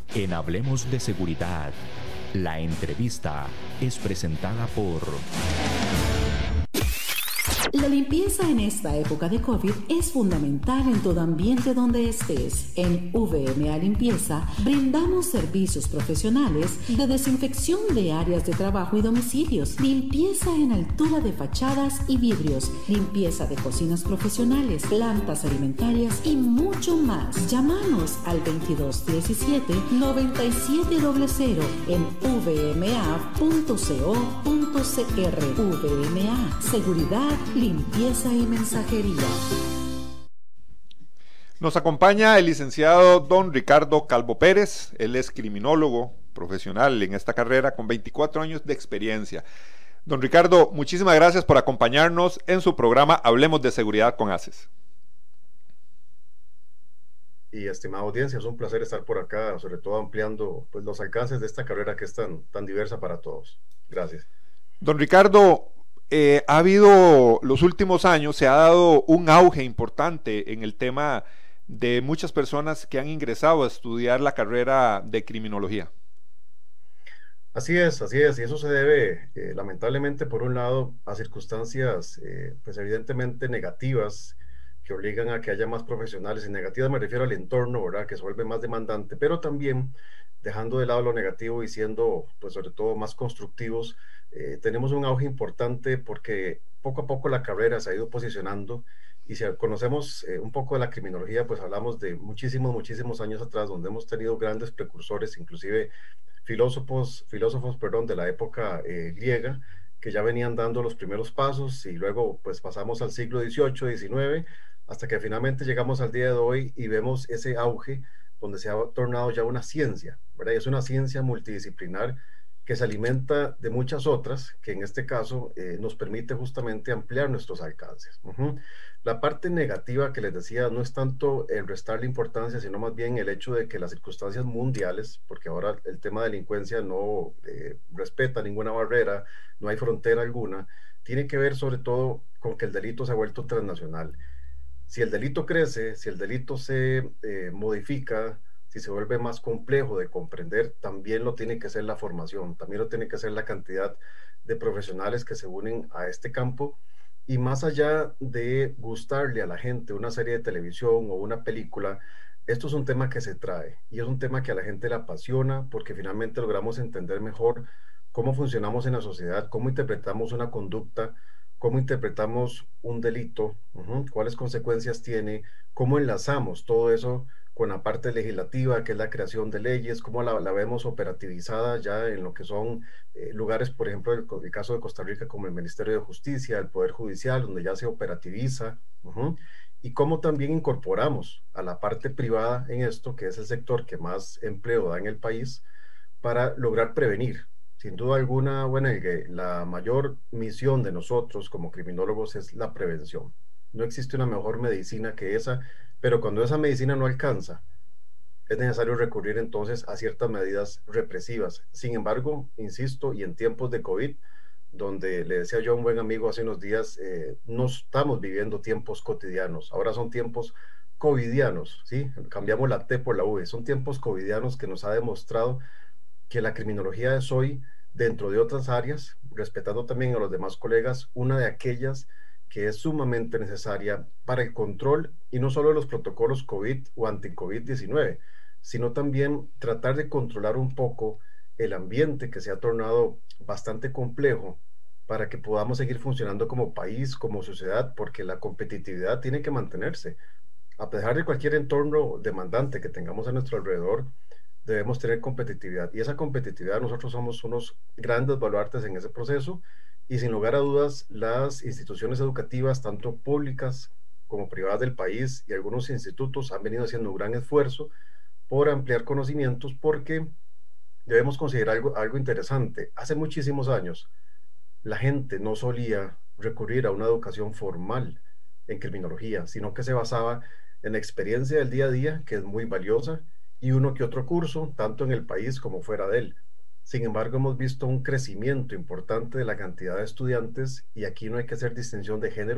En Hablemos de Seguridad, la entrevista es presentada por... La limpieza en esta época de COVID es fundamental en todo ambiente donde estés. En VMA Limpieza brindamos servicios profesionales de desinfección de áreas de trabajo y domicilios, limpieza en altura de fachadas y vidrios, limpieza de cocinas profesionales, plantas alimentarias y mucho más. Llámanos al 2217-9700 en vma.co.cr. VMA, seguridad, limpieza y mensajería. Nos acompaña el licenciado don Ricardo Calvo Pérez. Él es criminólogo profesional en esta carrera con 24 años de experiencia. Don Ricardo, muchísimas gracias por acompañarnos en su programa Hablemos de Seguridad con ACES. Y estimada audiencia, es un placer estar por acá, sobre todo ampliando pues, los alcances de esta carrera que es tan diversa para todos. Gracias. Don Ricardo, ha habido los últimos años, se ha dado un auge importante en el tema de muchas personas que han ingresado a estudiar la carrera de criminología. Así es, y eso se debe lamentablemente por un lado a circunstancias pues evidentemente negativas que obligan a que haya más profesionales, y negativas me refiero al entorno, ¿verdad?, que se vuelve más demandante, pero también dejando de lado lo negativo y siendo pues sobre todo más constructivos. Tenemos un auge importante porque poco a poco la carrera se ha ido posicionando, y si conocemos un poco de la criminología, pues hablamos de muchísimos años atrás, donde hemos tenido grandes precursores, inclusive filósofos, de la época griega, que ya venían dando los primeros pasos, y luego pues pasamos al siglo XVIII, XIX, hasta que finalmente llegamos al día de hoy y vemos ese auge donde se ha tornado ya una ciencia, ¿verdad? Y es una ciencia multidisciplinar que se alimenta de muchas otras, que en este caso nos permite justamente ampliar nuestros alcances. La parte negativa que les decía no es tanto el restarle importancia, sino más bien el hecho de que las circunstancias mundiales, porque ahora el tema de delincuencia no respeta ninguna barrera, no hay frontera alguna, tiene que ver sobre todo con que el delito se ha vuelto transnacional. Si el delito crece, si el delito se modifica, si se vuelve más complejo de comprender, también lo tiene que ser la formación, también lo tiene que ser la cantidad de profesionales que se unen a este campo. Y más allá de gustarle a la gente una serie de televisión o una película, esto es un tema que se trae, y es un tema que a la gente le apasiona, porque finalmente logramos entender mejor cómo funcionamos en la sociedad, cómo interpretamos una conducta, cómo interpretamos un delito, cuáles consecuencias tiene, cómo enlazamos todo eso con la parte legislativa, que es la creación de leyes, cómo la vemos operativizada ya en lo que son lugares, por ejemplo, el caso de Costa Rica, como el Ministerio de Justicia, el Poder Judicial, donde ya se operativiza, y cómo también incorporamos a la parte privada en esto, que es el sector que más empleo da en el país, para lograr prevenir. Sin duda alguna, bueno, la mayor misión de nosotros como criminólogos es la prevención. No existe una mejor medicina que esa, pero cuando esa medicina no alcanza, es necesario recurrir entonces a ciertas medidas represivas. Sin embargo, insisto, y en tiempos de COVID, donde le decía yo a un buen amigo hace unos días, no estamos viviendo tiempos cotidianos, ahora son tiempos covidianos, ¿sí? Cambiamos la T por la V, son tiempos covidianos que nos ha demostrado que la criminología es hoy, dentro de otras áreas, respetando también a los demás colegas, una de aquellas que es sumamente necesaria para el control, y no solo de los protocolos COVID o anti-COVID-19, sino también tratar de controlar un poco el ambiente que se ha tornado bastante complejo para que podamos seguir funcionando como país, como sociedad, porque la competitividad tiene que mantenerse. A pesar de cualquier entorno demandante que tengamos a nuestro alrededor, debemos tener competitividad, y esa competitividad nosotros somos unos grandes baluartes en ese proceso, y sin lugar a dudas las instituciones educativas, tanto públicas como privadas del país, y algunos institutos han venido haciendo un gran esfuerzo por ampliar conocimientos, porque debemos considerar algo interesante. Hace muchísimos años la gente no solía recurrir a una educación formal en criminología, sino que se basaba en la experiencia del día a día, que es muy valiosa, y uno que otro curso, tanto en el país como fuera de él. Sin embargo, hemos visto un crecimiento importante de la cantidad de estudiantes, y aquí no hay que hacer distinción de género,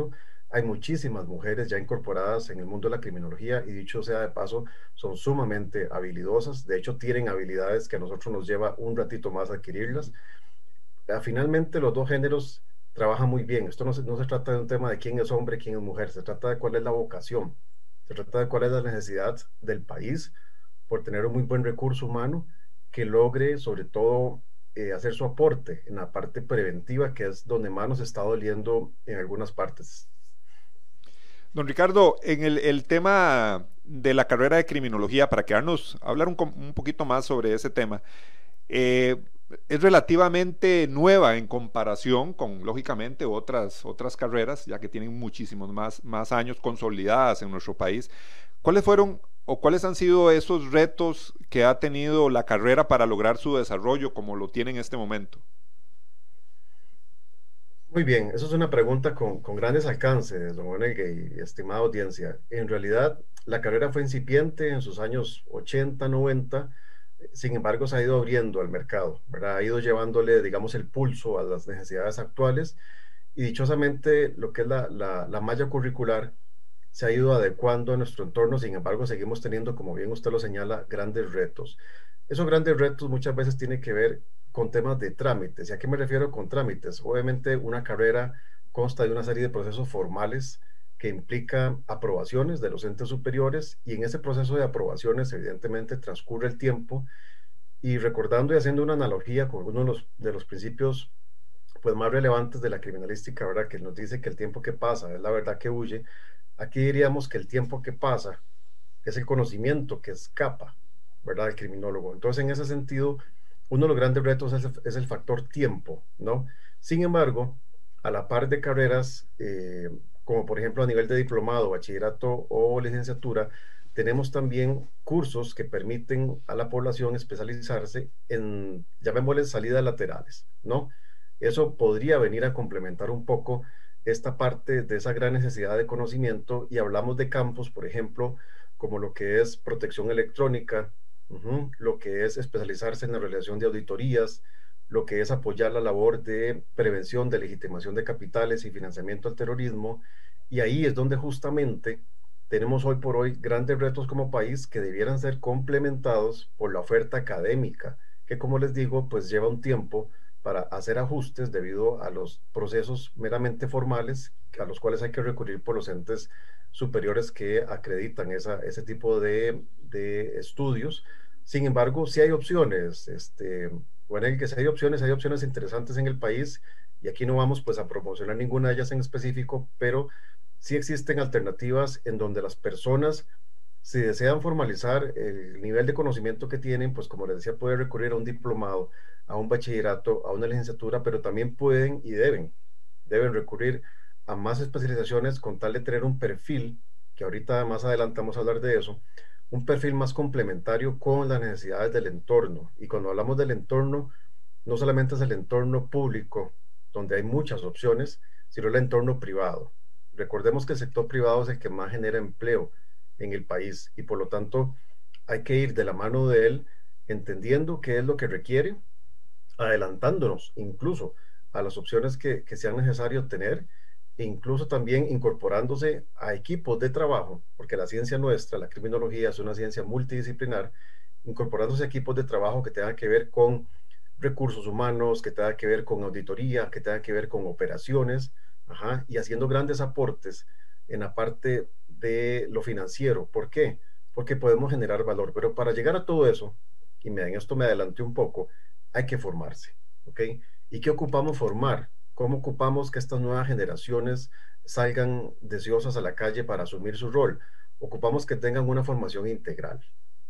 hay muchísimas mujeres ya incorporadas en el mundo de la criminología y dicho sea de paso, son sumamente habilidosas. De hecho, tienen habilidades que a nosotros nos lleva un ratito más adquirirlas. Finalmente, los dos géneros trabajan muy bien. Esto no se trata de un tema de quién es hombre, quién es mujer. Se trata de cuál es la vocación. Se trata de cuál es la necesidad del país por tener un muy buen recurso humano que logre, sobre todo, hacer su aporte en la parte preventiva, que es donde más nos está doliendo en algunas partes. Don Ricardo, en el tema de la carrera de criminología, para quedarnos, hablar un poquito más sobre ese tema, eh, es relativamente nueva en comparación con, lógicamente, otras carreras, ya que tienen muchísimos más años consolidadas en nuestro país. ¿Cuáles fueron o cuáles han sido esos retos que ha tenido la carrera para lograr su desarrollo como lo tiene en este momento? Muy bien, eso es una pregunta con grandes alcances, don Onelgue y estimada audiencia. En realidad, la carrera fue incipiente en sus años 80, 90, sin embargo, se ha ido abriendo al mercado, ¿verdad? Ha ido llevándole, digamos, el pulso a las necesidades actuales y dichosamente lo que es la malla curricular se ha ido adecuando a nuestro entorno, sin embargo, seguimos teniendo, como bien usted lo señala, grandes retos. Esos grandes retos muchas veces tienen que ver con temas de trámites. ¿Y a qué me refiero con trámites? Obviamente, una carrera consta de una serie de procesos formales que implican aprobaciones de los entes superiores y en ese proceso de aprobaciones, evidentemente, transcurre el tiempo y recordando y haciendo una analogía con uno de los principios pues, más relevantes de la criminalística, ¿verdad? Que nos dice que el tiempo que pasa es la verdad que huye. Aquí diríamos que el tiempo que pasa es el conocimiento que escapa, ¿verdad? El criminólogo. Entonces, en ese sentido, uno de los grandes retos es el factor tiempo, ¿no? Sin embargo, a la par de carreras, como por ejemplo a nivel de diplomado, bachillerato o licenciatura, tenemos también cursos que permiten a la población especializarse en, llamémosle, salidas laterales, ¿no? Eso podría venir a complementar un poco esta parte de esa gran necesidad de conocimiento y hablamos de campos, por ejemplo, como lo que es protección electrónica, lo que es especializarse en la realización de auditorías, lo que es apoyar la labor de prevención de legitimación de capitales y financiamiento al terrorismo, y ahí es donde justamente tenemos hoy por hoy grandes retos como país que debieran ser complementados por la oferta académica, que como les digo, pues lleva un tiempo para hacer ajustes debido a los procesos meramente formales a los cuales hay que recurrir por los entes superiores que acreditan ese tipo de estudios. Sin embargo, sí hay opciones, bueno, el que sí hay opciones interesantes en el país y aquí no vamos pues a promocionar ninguna de ellas en específico, pero sí existen alternativas en donde las personas, si desean formalizar el nivel de conocimiento que tienen, pues como les decía, pueden recurrir a un diplomado, a un bachillerato, a una licenciatura, pero también pueden y deben recurrir a más especializaciones con tal de tener un perfil, que ahorita más adelante vamos a hablar de eso, un perfil más complementario con las necesidades del entorno. Y cuando hablamos del entorno, no solamente es el entorno público, donde hay muchas opciones, sino el entorno privado. Recordemos que el sector privado es el que más genera empleo en el país y por lo tanto hay que ir de la mano de él entendiendo qué es lo que requiere, adelantándonos incluso a las opciones que sean necesario tener e incluso también incorporándose a equipos de trabajo, porque la ciencia nuestra, la criminología, es una ciencia multidisciplinar, incorporándose a equipos de trabajo que tengan que ver con recursos humanos, que tengan que ver con auditoría, que tengan que ver con operaciones, y haciendo grandes aportes en la parte de lo financiero. ¿Por qué? Porque podemos generar valor, pero para llegar a todo eso, y en esto me adelanté un poco, hay que formarse, ¿ok? ¿Y qué ocupamos formar? ¿Cómo ocupamos que estas nuevas generaciones salgan deseosas a la calle para asumir su rol? Ocupamos que tengan una formación integral.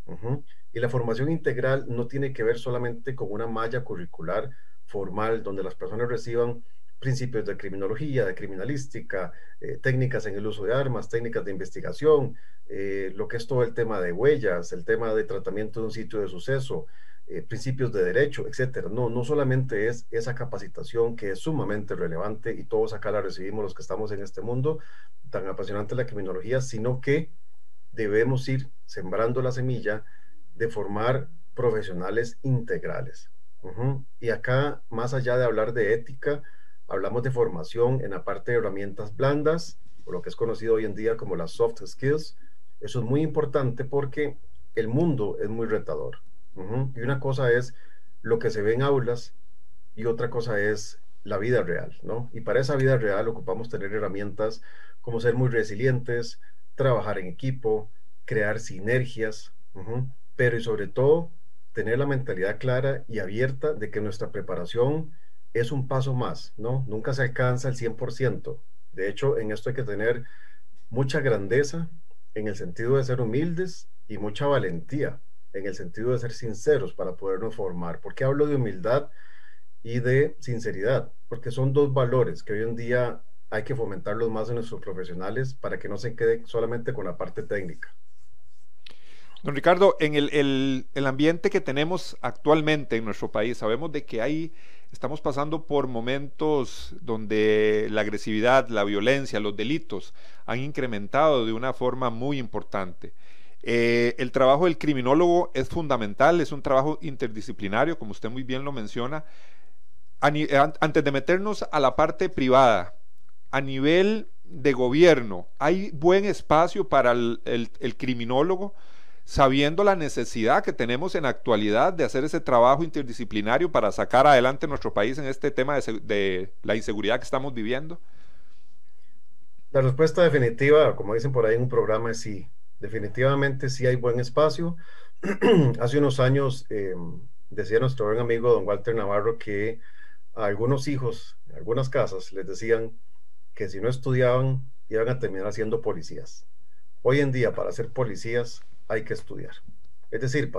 Y la formación integral no tiene que ver solamente con una malla curricular formal donde las personas reciban principios de criminología, de criminalística, técnicas en el uso de armas, técnicas de investigación, lo que es todo el tema de huellas, el tema de tratamiento de un sitio de suceso, principios de derecho, etcétera. No, no solamente es esa capacitación que es sumamente relevante y todos acá la recibimos los que estamos en este mundo tan apasionante de la criminología, sino que debemos ir sembrando la semilla de formar profesionales integrales. Y acá, más allá de hablar de ética, hablamos de formación en la parte de herramientas blandas, o lo que es conocido hoy en día como las soft skills. Eso es muy importante porque el mundo es muy retador. Y una cosa es lo que se ve en aulas y otra cosa es la vida real, ¿no? Y para esa vida real ocupamos tener herramientas como ser muy resilientes, trabajar en equipo, crear sinergias, pero y sobre todo tener la mentalidad clara y abierta de que nuestra preparación es un paso más, ¿no? Nunca se alcanza el 100%. De hecho, en esto hay que tener mucha grandeza en el sentido de ser humildes y mucha valentía en el sentido de ser sinceros para podernos formar. ¿Por qué hablo de humildad y de sinceridad? Porque son dos valores que hoy en día hay que fomentarlos más en nuestros profesionales para que no se queden solamente con la parte técnica. Don Ricardo, en el ambiente que tenemos actualmente en nuestro país, sabemos de que estamos pasando por momentos donde la agresividad, la violencia, los delitos han incrementado de una forma muy importante. El trabajo del criminólogo es fundamental, es un trabajo interdisciplinario, como usted muy bien lo menciona. Antes de meternos a la parte privada, a nivel de gobierno, ¿hay buen espacio para el criminólogo? Sabiendo la necesidad que tenemos en la actualidad de hacer ese trabajo interdisciplinario para sacar adelante nuestro país en este tema de la inseguridad que estamos viviendo. La respuesta definitiva, como dicen por ahí en un programa, es sí. Definitivamente sí hay buen espacio. Hace unos años decía nuestro buen amigo don Walter Navarro que a algunos hijos, en algunas casas, les decían que si no estudiaban iban a terminar siendo policías. Hoy en día, para ser policías, hay que estudiar. Es decir,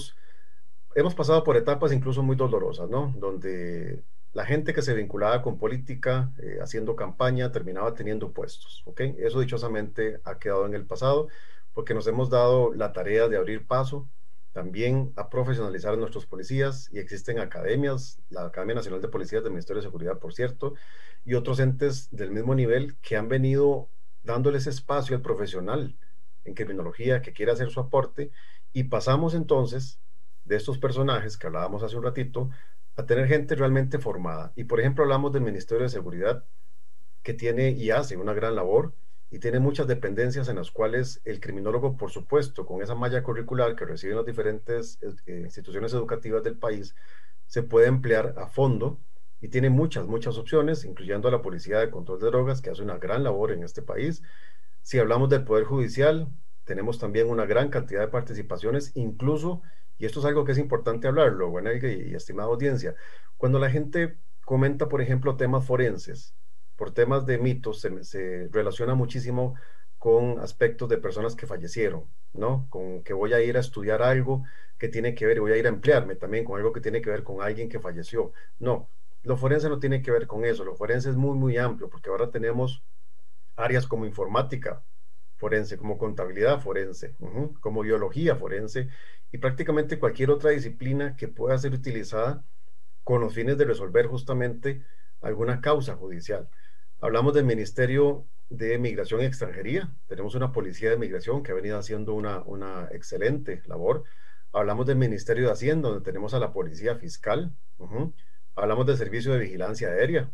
hemos pasado por etapas incluso muy dolorosas, ¿no? Donde la gente que se vinculaba con política, haciendo campaña, terminaba teniendo puestos, ¿ok? Eso dichosamente ha quedado en el pasado, porque nos hemos dado la tarea de abrir paso también a profesionalizar a nuestros policías, y existen academias, la Academia Nacional de Policías del Ministerio de Seguridad, por cierto, y otros entes del mismo nivel que han venido dándoles espacio al profesional en criminología que quiere hacer su aporte, y pasamos entonces de estos personajes que hablábamos hace un ratito a tener gente realmente formada. Y por ejemplo hablamos del Ministerio de Seguridad, que tiene y hace una gran labor y tiene muchas dependencias en las cuales el criminólogo, por supuesto, con esa malla curricular que reciben las diferentes instituciones educativas del país, se puede emplear a fondo y tiene muchas opciones, incluyendo a la Policía de Control de Drogas, que hace una gran labor en este país. Si hablamos del Poder Judicial, tenemos también una gran cantidad de participaciones, incluso, y esto es algo que es importante hablarlo, buena y estimada audiencia, cuando la gente comenta, por ejemplo, temas forenses, por temas de mitos, se relaciona muchísimo con aspectos de personas que fallecieron, ¿no? Con que voy a ir a estudiar algo que tiene que ver, y voy a ir a emplearme también con algo que tiene que ver con alguien que falleció. No, lo forense no tiene que ver con eso, lo forense es muy amplio, porque ahora tenemos áreas como informática forense, como contabilidad forense, como biología forense, y prácticamente cualquier otra disciplina que pueda ser utilizada con los fines de resolver justamente alguna causa judicial. Hablamos del Ministerio de Migración y Extranjería, tenemos una policía de migración que ha venido haciendo una excelente labor. Hablamos del Ministerio de Hacienda, donde tenemos a la Policía Fiscal. Hablamos del Servicio de Vigilancia Aérea.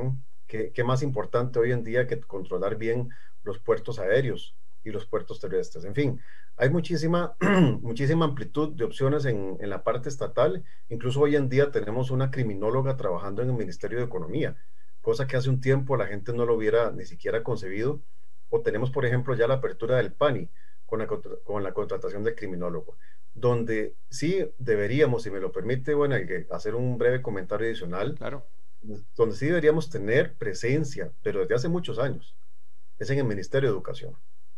¿Qué más importante hoy en día que controlar bien los puertos aéreos y los puertos terrestres? En fin, hay muchísima amplitud de opciones en la parte estatal. Incluso hoy en día tenemos una criminóloga trabajando en el Ministerio de Economía, cosa que hace un tiempo la gente no lo hubiera ni siquiera concebido. O tenemos, por ejemplo, ya la apertura del PANI con la contratación del criminólogo, donde sí deberíamos, si me lo permite, bueno, hacer un breve comentario adicional. Claro. Donde sí deberíamos tener presencia, pero desde hace muchos años, es en el Ministerio de Educación.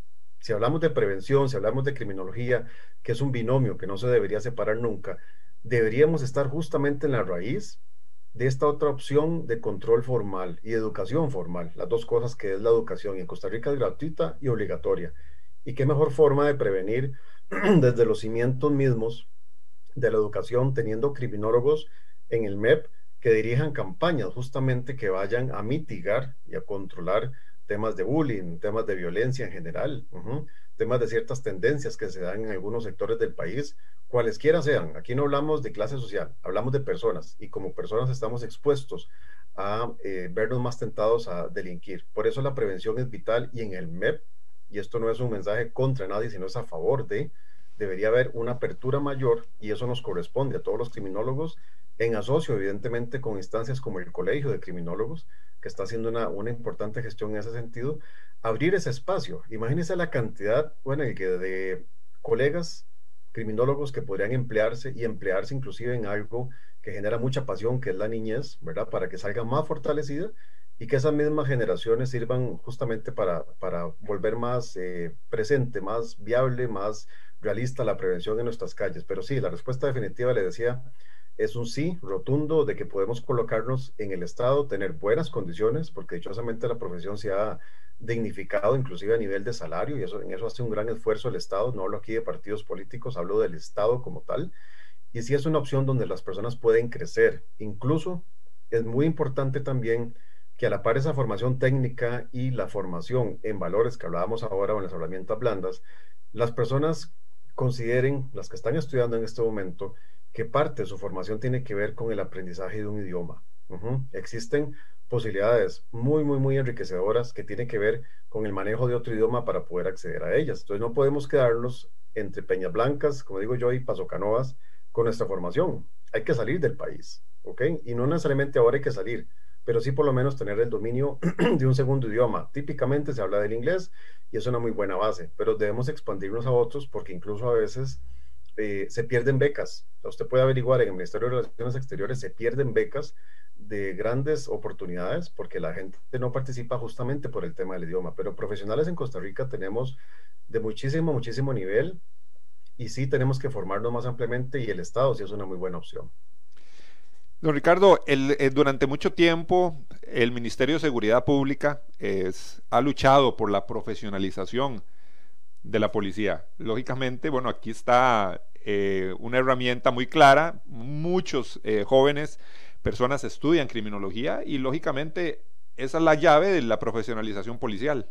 Si hablamos de prevención, si hablamos de criminología, que es un binomio que no se debería separar nunca, deberíamos estar justamente en la raíz de esta otra opción de control formal y educación formal, las dos cosas que es la educación, y en Costa Rica es gratuita y obligatoria. Y qué mejor forma de prevenir desde los cimientos mismos de la educación, teniendo criminólogos en el MEP que dirijan campañas justamente que vayan a mitigar y a controlar temas de bullying, temas de violencia en general, temas de ciertas tendencias que se dan en algunos sectores del país, cualesquiera sean. Aquí no hablamos de clase social, hablamos de personas, y como personas estamos expuestos a vernos más tentados a delinquir. Por eso la prevención es vital y en el MEP, y esto no es un mensaje contra nadie, sino es a favor de, debería haber una apertura mayor y eso nos corresponde a todos los criminólogos en asocio evidentemente con instancias como el Colegio de Criminólogos, que está haciendo una importante gestión en ese sentido, abrir ese espacio. Imagínense la cantidad, bueno, el que de colegas criminólogos que podrían emplearse y emplearse inclusive en algo que genera mucha pasión, que es la niñez, ¿verdad? Para que salga más fortalecida y que esas mismas generaciones sirvan justamente para volver más presente, más viable, más realista la prevención en nuestras calles. Pero sí, la respuesta definitiva, le decía, es un sí rotundo de que podemos colocarnos en el Estado, tener buenas condiciones, porque dichosamente la profesión se ha dignificado inclusive a nivel de salario y eso, en eso hace un gran esfuerzo el Estado. No hablo aquí de partidos políticos, hablo del Estado como tal. Y sí es una opción donde las personas pueden crecer. Incluso es muy importante también que a la par esa formación técnica y la formación en valores que hablábamos ahora o en las herramientas blandas, las personas consideren, las que están estudiando en este momento, que parte de su formación tiene que ver con el aprendizaje de un idioma. Existen posibilidades muy enriquecedoras que tienen que ver con el manejo de otro idioma para poder acceder a ellas. Entonces no podemos quedarnos entre peñas blancas, como digo yo, y pasocanovas con nuestra formación. Hay que salir del país, ¿ok? Y no necesariamente ahora hay que salir, pero sí por lo menos tener el dominio de un segundo idioma. Típicamente se habla del inglés y es una muy buena base, pero debemos expandirnos a otros porque incluso a veces se pierden becas. Usted puede averiguar en el Ministerio de Relaciones Exteriores, se pierden becas de grandes oportunidades porque la gente no participa justamente por el tema del idioma, pero profesionales en Costa Rica tenemos de muchísimo nivel y sí tenemos que formarnos más ampliamente y el Estado sí es una muy buena opción. Don Ricardo, durante mucho tiempo el Ministerio de Seguridad Pública ha luchado por la profesionalización de la policía. Lógicamente, bueno, aquí está una herramienta muy clara. Muchos jóvenes, personas estudian criminología y lógicamente esa es la llave de la profesionalización policial.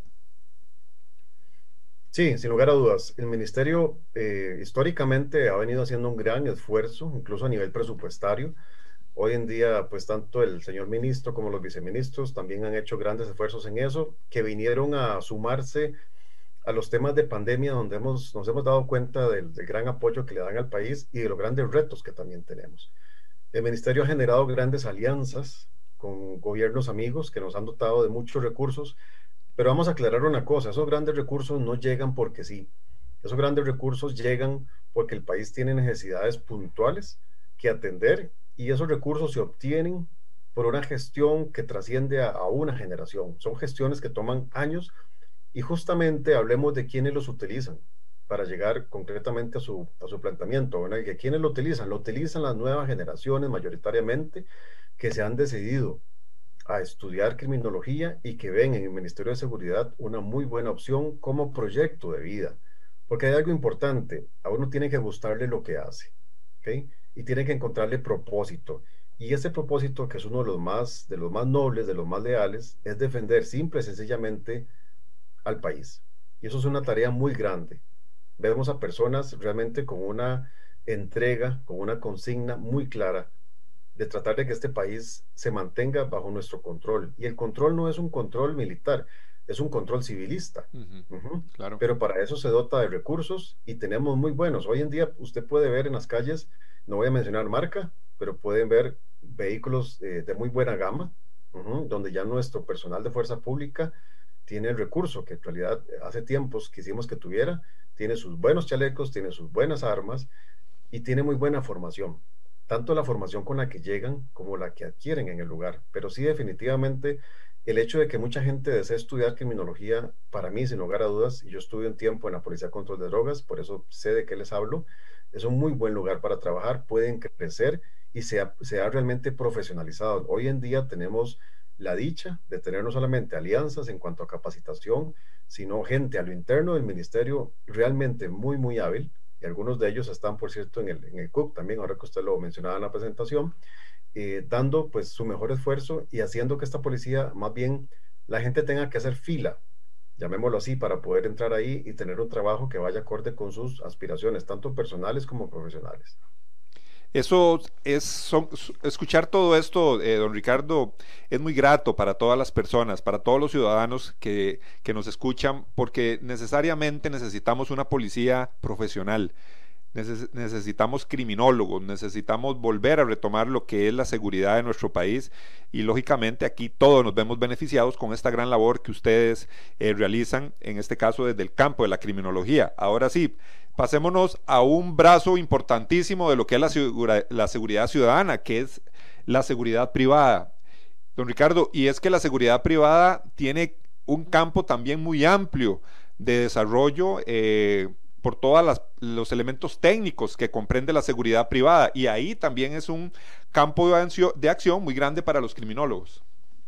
Sí, sin lugar a dudas. El ministerio históricamente ha venido haciendo un gran esfuerzo, incluso a nivel presupuestario. Hoy en día, pues tanto el señor ministro como los viceministros también han hecho grandes esfuerzos en eso, que vinieron a sumarse a los temas de pandemia, donde nos hemos dado cuenta del gran apoyo que le dan al país y de los grandes retos que también tenemos. El ministerio ha generado grandes alianzas con gobiernos amigos que nos han dotado de muchos recursos, pero vamos a aclarar una cosa, esos grandes recursos no llegan porque sí, esos grandes recursos llegan porque el país tiene necesidades puntuales que atender y esos recursos se obtienen por una gestión que trasciende a una generación. Son gestiones que toman años y justamente hablemos de quiénes los utilizan para llegar concretamente a su planteamiento. Bueno, que quiénes lo utilizan las nuevas generaciones mayoritariamente que se han decidido a estudiar criminología y que ven en el Ministerio de Seguridad una muy buena opción como proyecto de vida. Porque hay algo importante, a uno tiene que gustarle lo que hace, ¿ok? Y tiene que encontrarle propósito. Y ese propósito, que es uno de los más nobles, de los más leales, es defender simple y sencillamente al país. Y eso es una tarea muy grande. Vemos a personas realmente con una entrega, con una consigna muy clara de tratar de que este país se mantenga bajo nuestro control. Y el control no es un control militar, es un control civilista. Claro. Pero para eso se dota de recursos y tenemos muy buenos. Hoy en día usted puede ver en las calles, no voy a mencionar marca, pero pueden ver vehículos de muy buena gama, donde ya nuestro personal de fuerza pública tiene el recurso que en realidad hace tiempos quisimos que tuviera, tiene sus buenos chalecos, tiene sus buenas armas y tiene muy buena formación, tanto la formación con la que llegan como la que adquieren en el lugar. Pero sí, definitivamente, el hecho de que mucha gente desee estudiar criminología, para mí, sin lugar a dudas, y yo estuve un tiempo en la Policía de Control de Drogas, por eso sé de qué les hablo, es un muy buen lugar para trabajar, pueden crecer y se ha realmente profesionalizado. Hoy en día tenemos la dicha de tener no solamente alianzas en cuanto a capacitación, sino gente a lo interno del ministerio realmente muy hábil, y algunos de ellos están, por cierto, en el CUC también, ahora que usted lo mencionaba en la presentación, dando pues su mejor esfuerzo y haciendo que esta policía, más bien, la gente tenga que hacer fila, llamémoslo así, para poder entrar ahí y tener un trabajo que vaya acorde con sus aspiraciones, tanto personales como profesionales. Eso escuchar todo esto, don Ricardo, es muy grato para todas las personas, para todos los ciudadanos que nos escuchan, porque necesariamente necesitamos una policía profesional. Necesitamos criminólogos, necesitamos volver a retomar lo que es la seguridad de nuestro país y lógicamente aquí todos nos vemos beneficiados con esta gran labor que ustedes realizan, en este caso desde el campo de la criminología. Ahora sí, pasémonos a un brazo importantísimo de lo que es la seguridad ciudadana, que es la seguridad privada. Don Ricardo, y es que la seguridad privada tiene un campo también muy amplio de desarrollo, por todos los elementos técnicos que comprende la seguridad privada, y ahí también es un campo de acción muy grande para los criminólogos.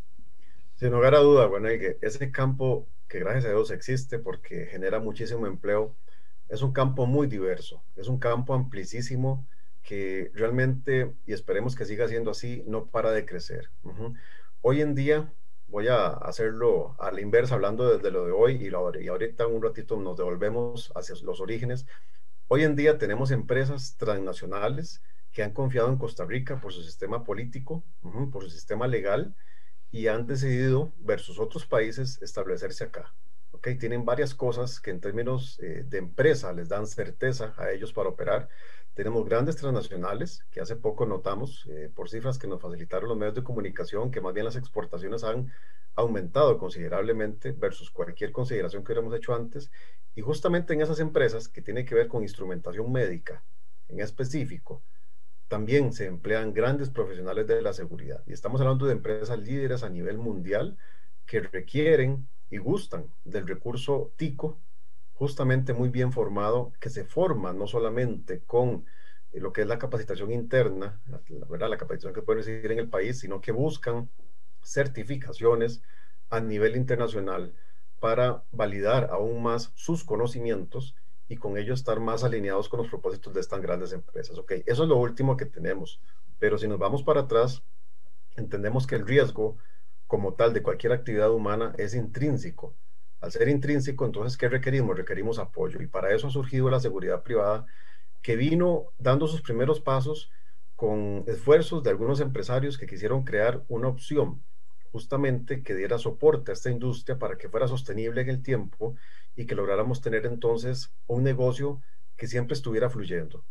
Sin lugar a duda, bueno, que ese campo que gracias a Dios existe porque genera muchísimo empleo, es un campo muy diverso, es un campo amplísimo que realmente, y esperemos que siga siendo así, no para de crecer. Hoy en día, voy a hacerlo a la inversa, hablando desde lo de hoy y ahorita un ratito nos devolvemos hacia los orígenes. Hoy en día tenemos empresas transnacionales que han confiado en Costa Rica por su sistema político, por su sistema legal, y han decidido, versus otros países, establecerse acá. ¿Okay? Tienen varias cosas que en términos de empresa les dan certeza a ellos para operar. Tenemos grandes transnacionales, que hace poco notamos, por cifras que nos facilitaron los medios de comunicación, que más bien las exportaciones han aumentado considerablemente versus cualquier consideración que hubiéramos hecho antes. Y justamente en esas empresas que tienen que ver con instrumentación médica en específico, también se emplean grandes profesionales de la seguridad. Y estamos hablando de empresas líderes a nivel mundial que requieren y gustan del recurso TICO, justamente muy bien formado, que se forma no solamente con lo que es la capacitación interna, la capacitación que pueden recibir en el país, sino que buscan certificaciones a nivel internacional para validar aún más sus conocimientos y con ello estar más alineados con los propósitos de estas grandes empresas. Ok, eso es lo último que tenemos, pero si nos vamos para atrás, entendemos que el riesgo como tal de cualquier actividad humana es intrínseco. Al ser intrínseco, entonces, ¿qué requerimos? Requerimos apoyo y para eso ha surgido la seguridad privada, que vino dando sus primeros pasos con esfuerzos de algunos empresarios que quisieron crear una opción justamente que diera soporte a esta industria para que fuera sostenible en el tiempo y que lográramos tener entonces un negocio que siempre estuviera fluyendo.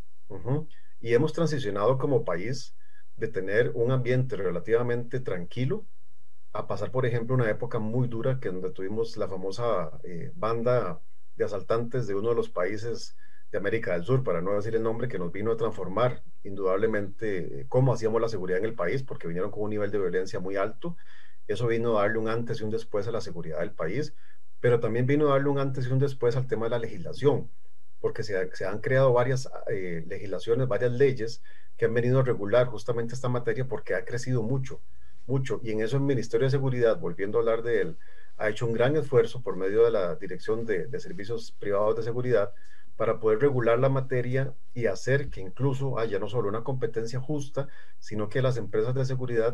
Y hemos transicionado como país de tener un ambiente relativamente tranquilo a pasar, por ejemplo, una época muy dura que donde tuvimos la famosa banda de asaltantes de uno de los países de América del Sur, para no decir el nombre, que nos vino a transformar indudablemente cómo hacíamos la seguridad en el país, porque vinieron con un nivel de violencia muy alto. Eso vino a darle un antes y un después a la seguridad del país, pero también vino a darle un antes y un después al tema de la legislación, porque se han creado varias legislaciones, varias leyes que han venido a regular justamente esta materia porque ha crecido mucho, mucho, y en eso el Ministerio de Seguridad, volviendo a hablar de él, ha hecho un gran esfuerzo por medio de la Dirección de Servicios Privados de Seguridad para poder regular la materia y hacer que incluso haya no solo una competencia justa, sino que las empresas de seguridad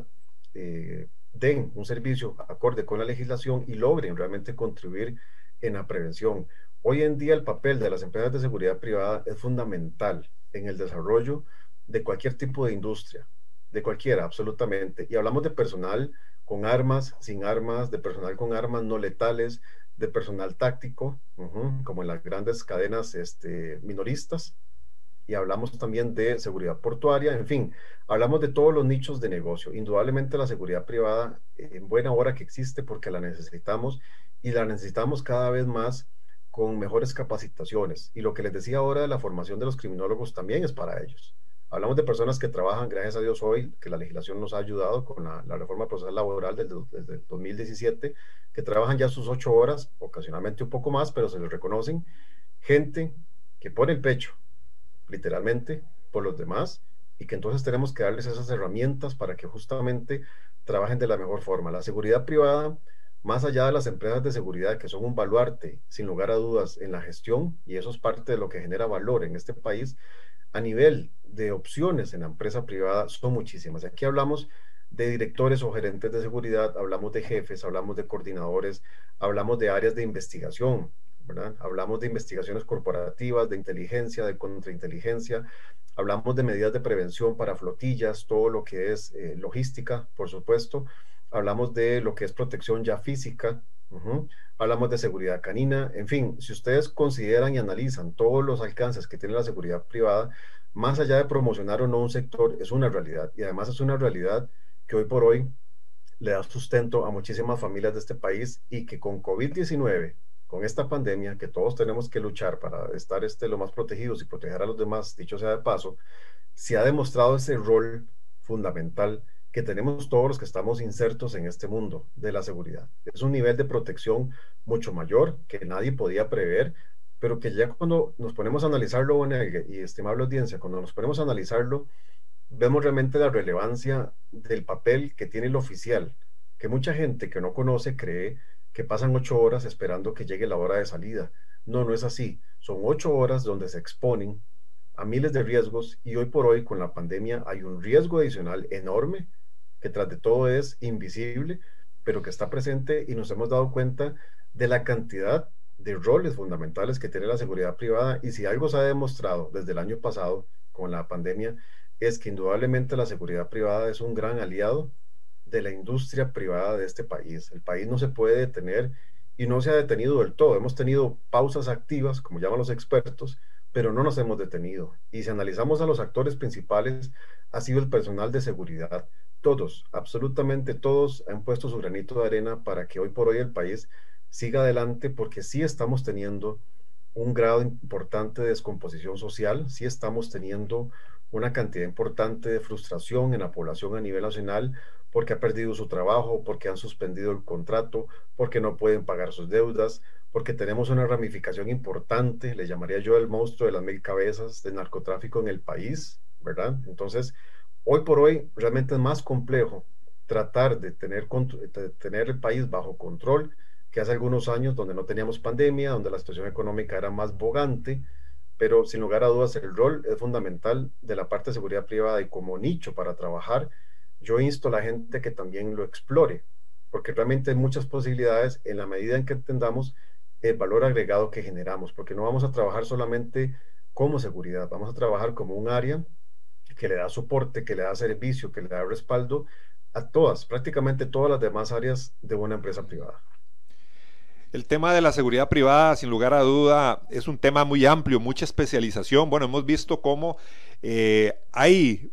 den un servicio acorde con la legislación y logren realmente contribuir en la prevención. Hoy en día el papel de las empresas de seguridad privada es fundamental en el desarrollo de cualquier tipo de industria, de cualquiera, absolutamente. Y hablamos de personal con armas, sin armas, de personal con armas no letales, de personal táctico, como en las grandes cadenas minoristas, y hablamos también de seguridad portuaria, en fin, hablamos de todos los nichos de negocio. Indudablemente la seguridad privada en buena hora que existe porque la necesitamos y la necesitamos cada vez más con mejores capacitaciones. Y lo que les decía ahora de la formación de los criminólogos también es para ellos. Hablamos de personas que trabajan, gracias a Dios hoy, que la legislación nos ha ayudado con la reforma procesal laboral desde el 2017, que trabajan ya sus 8 horas, ocasionalmente un poco más, pero se les reconocen. Gente que pone el pecho, literalmente, por los demás, y que entonces tenemos que darles esas herramientas para que justamente trabajen de la mejor forma. La seguridad privada, más allá de las empresas de seguridad, que son un baluarte, sin lugar a dudas, en la gestión, y eso es parte de lo que genera valor en este país, a nivel de opciones en la empresa privada son muchísimas. Aquí hablamos de directores o gerentes de seguridad, hablamos de jefes, hablamos de coordinadores, hablamos de áreas de investigación, ¿verdad? Hablamos de investigaciones corporativas, de inteligencia, de contrainteligencia, hablamos de medidas de prevención para flotillas, todo lo que es logística, por supuesto, hablamos de lo que es protección ya física, hablamos de seguridad canina, en fin, si ustedes consideran y analizan todos los alcances que tiene la seguridad privada, más allá de promocionar o no un sector, es una realidad, y además es una realidad que hoy por hoy le da sustento a muchísimas familias de este país y que con COVID-19, con esta pandemia, que todos tenemos que luchar para estar lo más protegidos y proteger a los demás, dicho sea de paso, se ha demostrado ese rol fundamental que tenemos todos los que estamos insertos en este mundo de la seguridad. Es un nivel de protección mucho mayor que nadie podía prever, pero que ya cuando nos ponemos a analizarlo, y estimable audiencia, cuando nos ponemos a analizarlo, vemos realmente la relevancia del papel que tiene el oficial, que mucha gente que no conoce cree que pasan 8 horas esperando que llegue la hora de salida. No, no es así. Son 8 horas donde se exponen a miles de riesgos y hoy por hoy con la pandemia hay un riesgo adicional enorme que tras de todo es invisible, pero que está presente y nos hemos dado cuenta de la cantidad de roles fundamentales que tiene la seguridad privada y si algo se ha demostrado desde el año pasado con la pandemia es que indudablemente la seguridad privada es un gran aliado de la industria privada de este país. El país no se puede detener y no se ha detenido del todo. Hemos tenido pausas activas, como llaman los expertos, pero no nos hemos detenido. Y si analizamos a los actores principales, ha sido el personal de seguridad. Todos, absolutamente todos, han puesto su granito de arena para que hoy por hoy el país siga adelante, porque sí estamos teniendo un grado importante de descomposición social, sí estamos teniendo una cantidad importante de frustración en la población a nivel nacional porque ha perdido su trabajo, porque han suspendido el contrato, porque no pueden pagar sus deudas, porque tenemos una ramificación importante, le llamaría yo el monstruo de las 1000 cabezas del narcotráfico en el país, ¿verdad? Entonces, hoy por hoy realmente es más complejo tratar de tener el país bajo control que hace algunos años donde no teníamos pandemia, donde la situación económica era más bogante, pero sin lugar a dudas el rol es fundamental de la parte de seguridad privada y como nicho para trabajar, yo insto a la gente que también lo explore, porque realmente hay muchas posibilidades en la medida en que entendamos el valor agregado que generamos, porque no vamos a trabajar solamente como seguridad, vamos a trabajar como un área que le da soporte, que le da servicio, que le da respaldo a todas, prácticamente todas las demás áreas de una empresa privada. El tema de la seguridad privada, sin lugar a duda, es un tema muy amplio, mucha especialización. Bueno, hemos visto cómo hay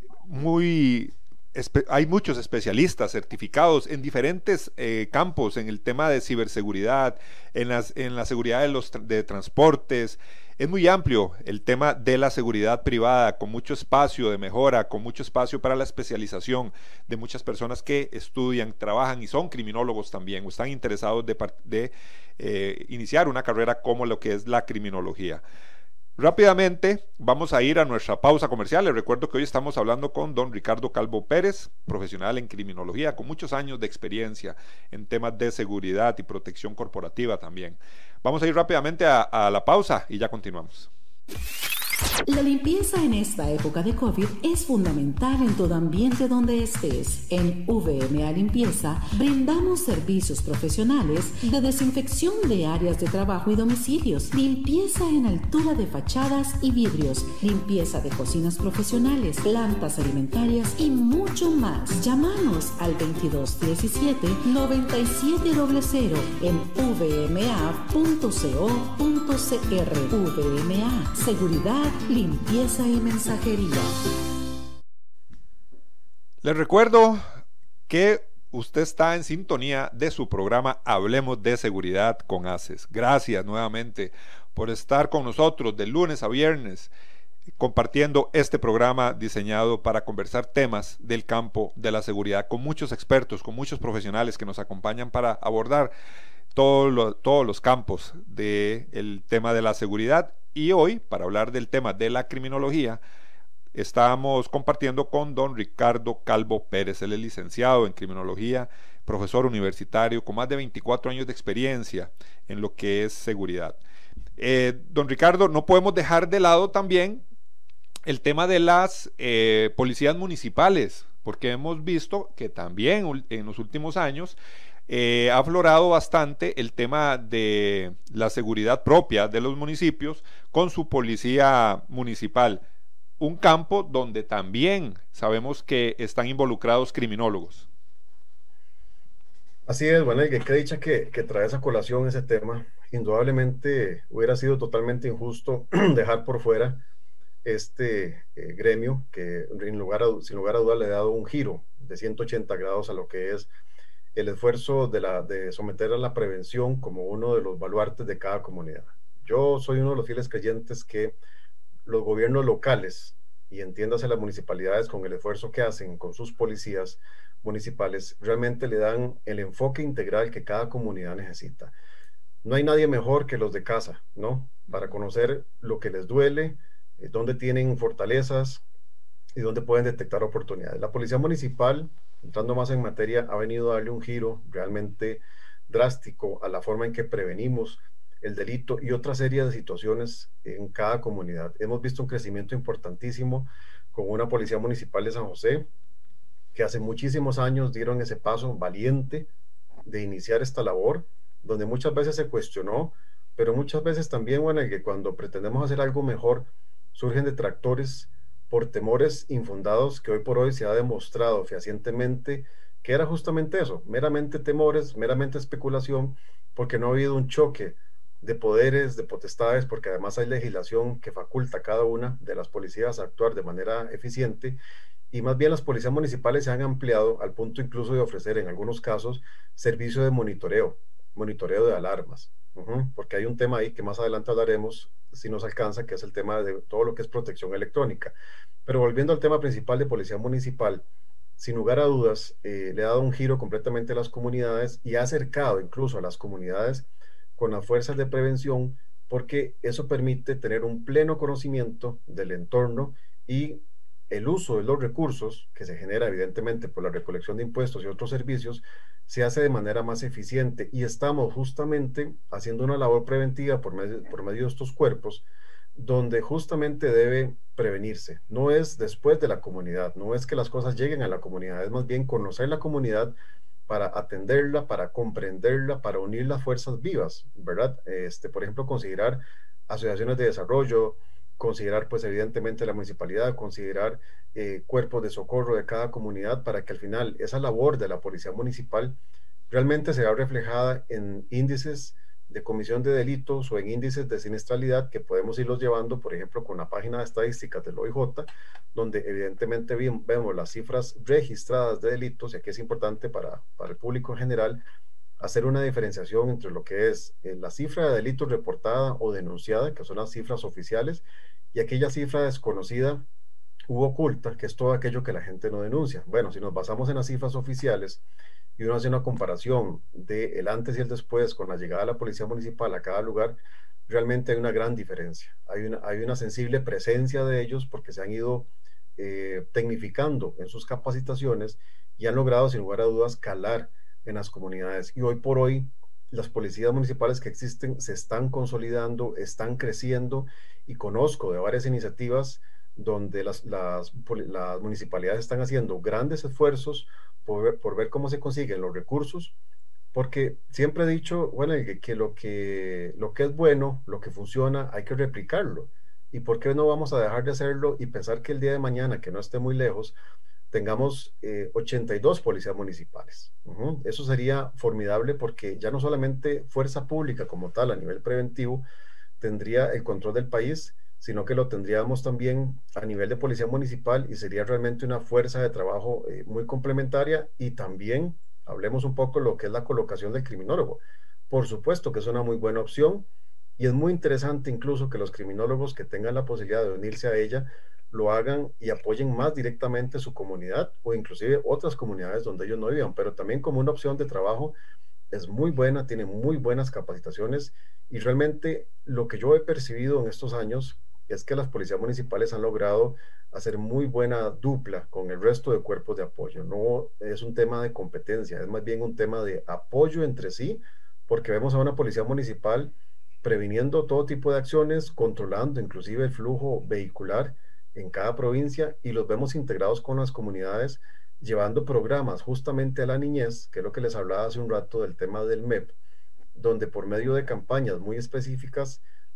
muchos especialistas certificados en diferentes campos, en el tema de ciberseguridad, en la seguridad de transportes. Es muy amplio el tema de la seguridad privada, con mucho espacio de mejora, con mucho espacio para la especialización de muchas personas que estudian, trabajan y son criminólogos también, o están interesados de iniciar una carrera como lo que es la criminología. Rápidamente vamos a ir a nuestra pausa comercial. Les recuerdo que hoy estamos hablando con don Ricardo Calvo Pérez, profesional en criminología, con muchos años de experiencia en temas de seguridad y protección corporativa también. Vamos a ir rápidamente a la pausa y ya continuamos. La limpieza en esta época de COVID es fundamental en todo ambiente donde estés. En VMA Limpieza brindamos servicios profesionales de desinfección de áreas de trabajo y domicilios, limpieza en altura de fachadas y vidrios, limpieza de cocinas profesionales, plantas alimentarias y mucho más. Llámanos al 2217-9700 en vma.co.cr. VMA, seguridad, limpieza y mensajería. Les recuerdo que usted está en sintonía de su programa Hablemos de Seguridad con ACES. Gracias nuevamente por estar con nosotros de lunes a viernes compartiendo este programa diseñado para conversar temas del campo de la seguridad con muchos expertos, con muchos profesionales que nos acompañan para abordar todos los campos del tema de la seguridad. Y hoy, para hablar del tema de la criminología, estamos compartiendo con don Ricardo Calvo Pérez. Él es licenciado en criminología, profesor universitario con más de 24 años de experiencia en lo que es seguridad. Don Ricardo, no podemos dejar de lado también el tema de las policías municipales, porque hemos visto que también en los últimos años ha aflorado bastante el tema de la seguridad propia de los municipios con su policía municipal. un campo donde también sabemos que están involucrados criminólogos. Así es, bueno, y que dicha que trae esa colación ese tema. Indudablemente hubiera sido totalmente injusto dejar por fuera este gremio que sin lugar a duda le ha dado un giro de 180 grados a lo que es el esfuerzo de someter a la prevención como uno de los baluartes de cada comunidad. Yo soy uno de los fieles creyentes que los gobiernos locales, y entiéndase las municipalidades con el esfuerzo que hacen con sus policías municipales, realmente le dan el enfoque integral que cada comunidad necesita. No hay nadie mejor que los de casa, ¿no? Para conocer lo que les duele, dónde tienen fortalezas y dónde pueden detectar oportunidades. La policía municipal, entrando más en materia, ha venido a darle un giro realmente drástico a la forma en que prevenimos el delito y otra serie de situaciones en cada comunidad. Hemos visto un crecimiento importantísimo con una policía municipal de San José, que hace muchísimos años dieron ese paso valiente de iniciar esta labor, donde muchas veces se cuestionó, pero muchas veces también, bueno, que cuando pretendemos hacer algo mejor, surgen detractores por temores infundados que hoy por hoy se ha demostrado fehacientemente que era justamente eso, meramente temores, meramente especulación, porque no ha habido un choque de poderes, de potestades, porque además hay legislación que faculta a cada una de las policías a actuar de manera eficiente, y más bien las policías municipales se han ampliado al punto incluso de ofrecer en algunos casos servicio de monitoreo de alarmas, porque hay un tema ahí que más adelante hablaremos si nos alcanza, que es el tema de todo lo que es protección electrónica. Pero volviendo al tema principal de policía municipal, sin lugar a dudas, le ha dado un giro completamente a las comunidades y ha acercado incluso a las comunidades con las fuerzas de prevención, porque eso permite tener un pleno conocimiento del entorno y el uso de los recursos que se genera evidentemente por la recolección de impuestos y otros servicios se hace de manera más eficiente, y estamos justamente haciendo una labor preventiva por medio de estos cuerpos donde justamente debe prevenirse. No es después de la comunidad, no es que las cosas lleguen a la comunidad, es más bien conocer la comunidad para atenderla, para comprenderla, para unir las fuerzas vivas, ¿verdad? Por ejemplo, considerar asociaciones de desarrollo, considerar pues evidentemente la municipalidad, considerar cuerpos de socorro de cada comunidad, para que al final esa labor de la policía municipal realmente se vea reflejada en índices de comisión de delitos o en índices de siniestralidad que podemos irlos llevando, por ejemplo, con la página de estadísticas del OIJ, donde evidentemente vemos las cifras registradas de delitos, y aquí es importante para el público en general hacer una diferenciación entre lo que es la cifra de delitos reportada o denunciada, que son las cifras oficiales, y aquella cifra desconocida u oculta, que es todo aquello que la gente no denuncia. Bueno, si nos basamos en las cifras oficiales y uno hace una comparación del antes y el después con la llegada de la policía municipal a cada lugar, realmente hay una gran diferencia. Hay una sensible presencia de ellos porque se han ido tecnificando en sus capacitaciones y han logrado, sin lugar a dudas, calar en las comunidades. Y hoy por hoy, las policías municipales que existen se están consolidando, están creciendo, y conozco de varias iniciativas donde las municipalidades están haciendo grandes esfuerzos por ver cómo se consiguen los recursos, porque siempre he dicho, bueno, que lo que es bueno, lo que funciona, hay que replicarlo. ¿Y por qué no vamos a dejar de hacerlo y pensar que el día de mañana, que no esté muy lejos, tengamos 82 policías municipales? Eso sería formidable, porque ya no solamente fuerza pública como tal a nivel preventivo tendría el control del país, sino que lo tendríamos también a nivel de policía municipal, y sería realmente una fuerza de trabajo muy complementaria. Y también hablemos un poco de lo que es la colocación del criminólogo. Por supuesto que es una muy buena opción, y es muy interesante incluso que los criminólogos que tengan la posibilidad de unirse a ella lo hagan y apoyen más directamente su comunidad, o inclusive otras comunidades donde ellos no vivan, pero también como una opción de trabajo es muy buena, tiene muy buenas capacitaciones, y realmente lo que yo he percibido en estos años es que las policías municipales han logrado hacer muy buena dupla con el resto de cuerpos de apoyo. No es un tema de competencia, es más bien un tema de apoyo entre sí, porque vemos a una policía municipal previniendo todo tipo de acciones, controlando inclusive el flujo vehicular en cada provincia, y los vemos integrados con las comunidades, llevando programas justamente a la niñez, que es lo que les hablaba hace un rato del tema del MEP, donde por medio de campañas muy específicas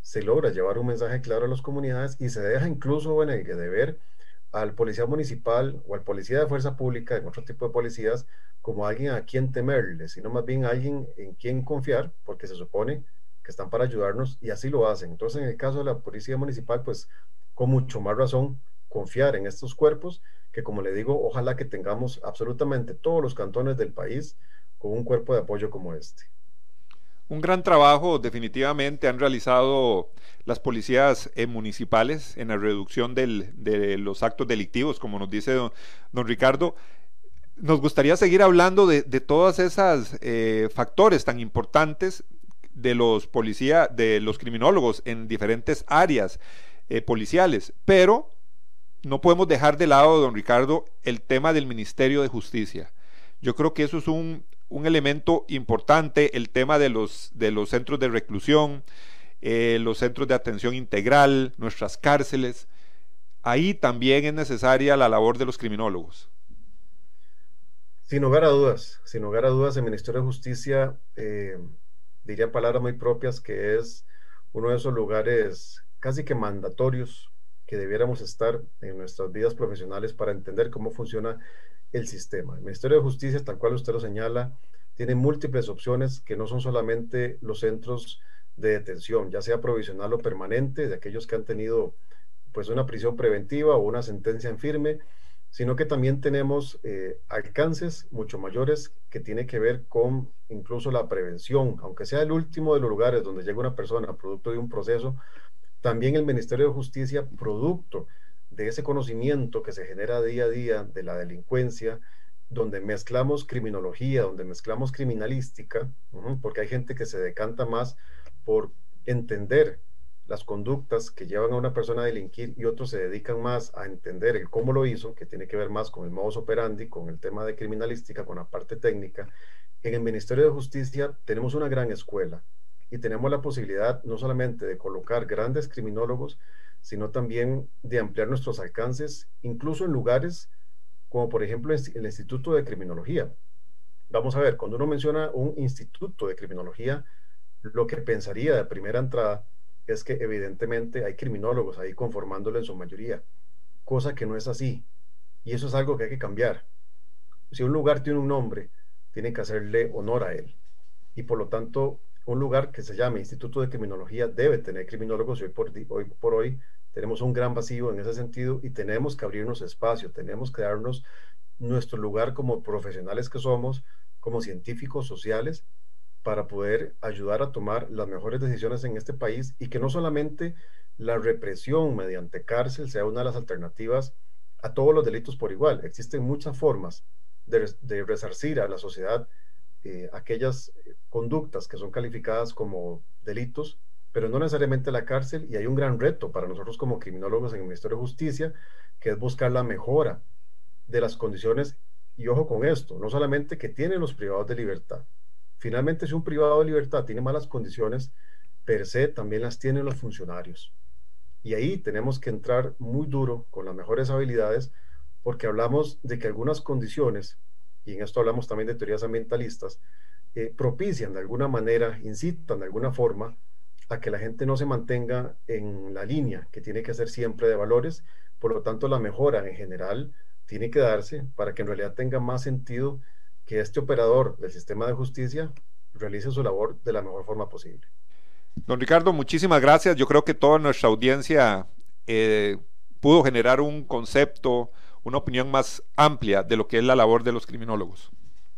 se logra llevar un mensaje claro a las comunidades y se deja incluso en el deber al policía municipal o al policía de fuerza pública, en otro tipo de policías, como alguien a quien temerle, sino más bien alguien en quien confiar, porque se supone que están para ayudarnos y así lo hacen. Entonces, en el caso de la policía municipal, pues con mucho más razón confiar en estos cuerpos, que como le digo, ojalá que tengamos absolutamente todos los cantones del país con un cuerpo de apoyo como este. Un gran trabajo definitivamente han realizado las policías municipales en la reducción de los actos delictivos, como nos dice don Ricardo. Nos gustaría seguir hablando de todas esas factores tan importantes de los policías, de los criminólogos en diferentes áreas policiales, pero no podemos dejar de lado, don Ricardo, el tema del Ministerio de Justicia. Yo creo que eso es un elemento importante, el tema de los centros de reclusión, los centros de atención integral, nuestras cárceles. Ahí también es necesaria la labor de los criminólogos. Sin lugar a dudas, el Ministerio de Justicia, diría palabras muy propias, que es uno de esos lugares casi que mandatorios que debiéramos estar en nuestras vidas profesionales para entender cómo funciona el sistema. El Ministerio de Justicia, tal cual usted lo señala, tiene múltiples opciones que no son solamente los centros de detención, ya sea provisional o permanente, de aquellos que han tenido pues una prisión preventiva o una sentencia en firme, sino que también tenemos alcances mucho mayores que tiene que ver con incluso la prevención, aunque sea el último de los lugares donde llega una persona producto de un proceso. También el Ministerio de Justicia, producto de ese conocimiento que se genera día a día de la delincuencia, donde mezclamos criminología, donde mezclamos criminalística, porque hay gente que se decanta más por entender las conductas que llevan a una persona a delinquir y otros se dedican más a entender el cómo lo hizo, que tiene que ver más con el modus operandi, con el tema de criminalística, con la parte técnica. En el Ministerio de Justicia tenemos una gran escuela y tenemos la posibilidad no solamente de colocar grandes criminólogos, sino también de ampliar nuestros alcances, incluso en lugares como por ejemplo el Instituto de Criminología. Vamos a ver, cuando uno menciona un instituto de criminología, lo que pensaría de primera entrada es que evidentemente hay criminólogos ahí conformándolo en su mayoría, cosa que no es así, y eso es algo que hay que cambiar. Si un lugar tiene un nombre, tiene que hacerle honor a él, y por lo tanto, un lugar que se llame Instituto de Criminología debe tener criminólogos, y hoy por hoy tenemos un gran vacío en ese sentido, y tenemos que abrirnos espacio, tenemos que darnos nuestro lugar como profesionales que somos, como científicos sociales, para poder ayudar a tomar las mejores decisiones en este país y que no solamente la represión mediante cárcel sea una de las alternativas a todos los delitos por igual. Existen muchas formas de resarcir a la sociedad aquellas conductas que son calificadas como delitos, pero no necesariamente la cárcel, y hay un gran reto para nosotros como criminólogos en el Ministerio de Justicia, que es buscar la mejora de las condiciones, y ojo con esto, no solamente que tienen los privados de libertad. Finalmente, si un privado de libertad tiene malas condiciones, per se también las tienen los funcionarios. Y ahí tenemos que entrar muy duro con las mejores habilidades, porque hablamos de que algunas condiciones, y en esto hablamos también de teorías ambientalistas, propician de alguna manera, incitan de alguna forma a que la gente no se mantenga en la línea que tiene que ser siempre de valores. Por lo tanto, la mejora en general tiene que darse para que en realidad tenga más sentido que este operador del sistema de justicia realice su labor de la mejor forma posible. Don Ricardo, muchísimas gracias. Yo creo que toda nuestra audiencia pudo generar un concepto, una opinión más amplia de lo que es la labor de los criminólogos.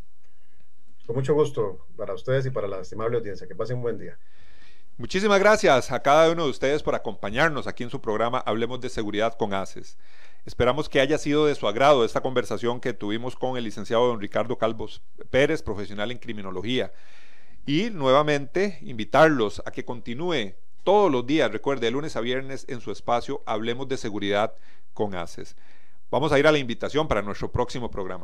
Con mucho gusto para ustedes y para la estimable audiencia. Que pasen un buen día. Muchísimas gracias a cada uno de ustedes por acompañarnos aquí en su programa Hablemos de Seguridad con ACES. Esperamos que haya sido de su agrado esta conversación que tuvimos con el licenciado don Ricardo Calvo Pérez, profesional en criminología. Y nuevamente invitarlos a que continúe todos los días, recuerde, de lunes a viernes en su espacio Hablemos de Seguridad con ACES. Vamos a ir a la invitación para nuestro próximo programa.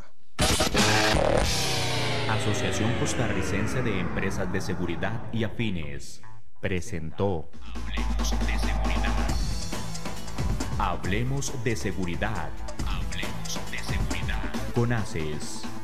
Asociación Costarricense de Empresas de Seguridad y Afines presentó Hablemos de Seguridad. Hablemos de Seguridad. Hablemos de Seguridad. Con ACES.